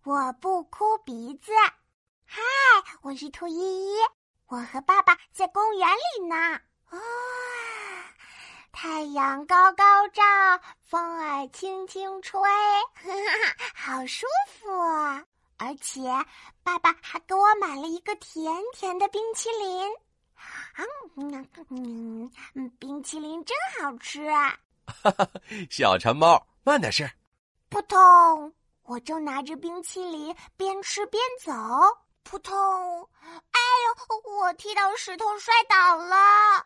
我不哭鼻子。嗨，我是兔依依，我和爸爸在公园里呢。太阳高高照，风儿轻轻吹，好舒服啊！而且爸爸还给我买了一个甜甜的冰淇淋。冰淇淋真好吃啊！ 小馋猫，慢点吃。 扑通！我正拿着冰淇淋边吃边走。扑通！哎呦，我踢到石头摔倒了！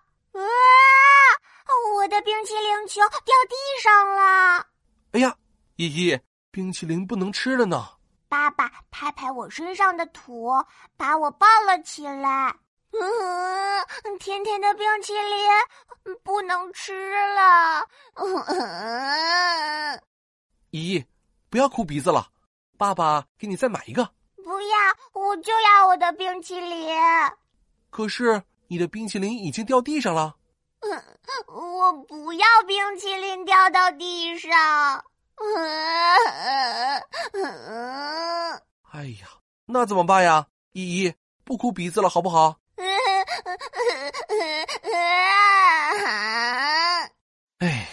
我的冰淇淋球掉地上了！ 哎呀，依依，冰淇淋不能吃了呢。 爸爸拍拍我身上的土，把我抱了起来。甜甜的冰淇淋不能吃了。 依依，不要哭鼻子了，爸爸给你再买一个。 不要，我就要我的冰淇淋。 可是你的冰淇淋已经掉地上了。 我不要冰淇淋掉到地上。 哎呀，那怎么办呀？依依，不哭鼻子了好不好？哎，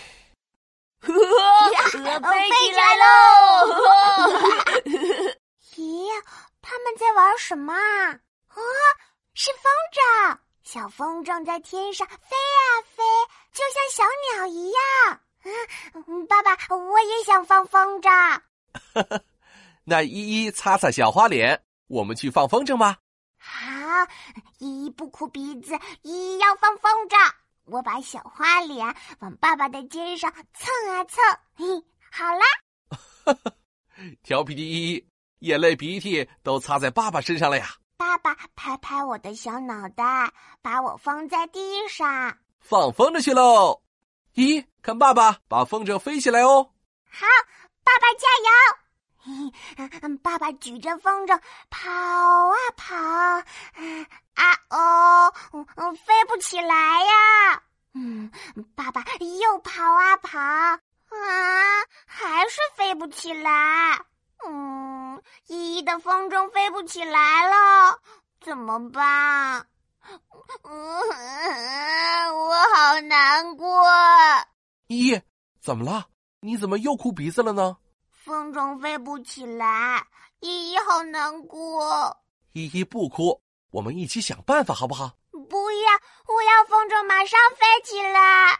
飞起来喽！咦，他们在玩什么啊？是风筝，小风筝在天上飞啊飞，就像小鸟一样。爸爸，我也想放风筝。 那依依擦擦小花脸，我们去放风筝吧。 好，依依不哭鼻子，依依要放风筝。我把小花脸往爸爸的肩上蹭啊蹭。好啦。 调皮的依依，眼泪鼻涕都擦在爸爸身上了呀。 爸爸拍拍我的小脑袋，把我放在地上。 放风筝去喽！依依，看爸爸把风筝飞起来哦。 好，爸爸加油！爸爸举着风筝跑啊跑，飞不起来呀。爸爸又跑啊跑，还是飞不起来。依依的风筝飞不起来了，怎么办？我好难过。 依依，怎么了？你怎么又哭鼻子了呢？ 风筝飞不起来，依依好难过。 依依不哭，我们一起想办法好不好？ 不要，我要风筝马上飞起来。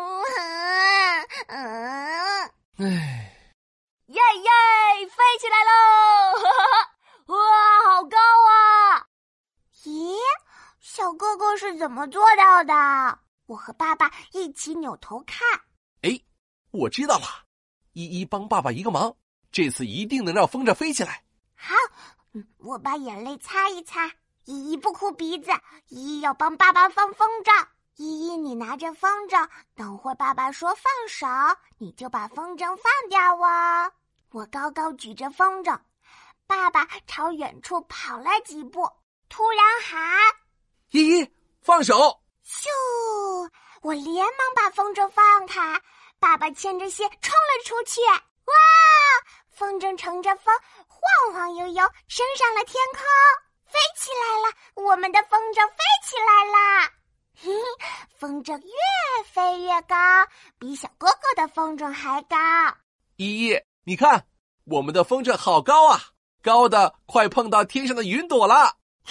耶耶，飞起来喽！哇，好高啊！咦，小哥哥是怎么做到的？我和爸爸一起扭头看。 哎，我知道了，依依帮爸爸一个忙，这次一定能让风筝飞起来。 好，我把眼泪擦一擦。依依不哭鼻子，依依要帮爸爸放风筝。依依，你拿着风筝，等会爸爸说放手，你就把风筝放掉哦。我高高举着风筝，爸爸朝远处跑了几步，突然喊： 依依，放手！ 咻！我连忙把风筝放开，爸爸牵着线冲了出去。哇！风筝乘着风晃晃悠悠升上了天空，飞起来了！我们的风筝飞起来了！风筝越飞越高，比小哥哥的风筝还高。 依依，你看，我们的风筝好高啊，高的快碰到天上的云朵了。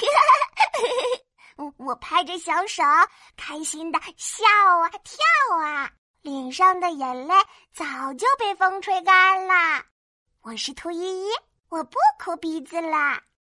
我拍着小手，开心的笑啊跳啊，脸上的眼泪早就被风吹干了。我是兔依依，我不哭鼻子啦。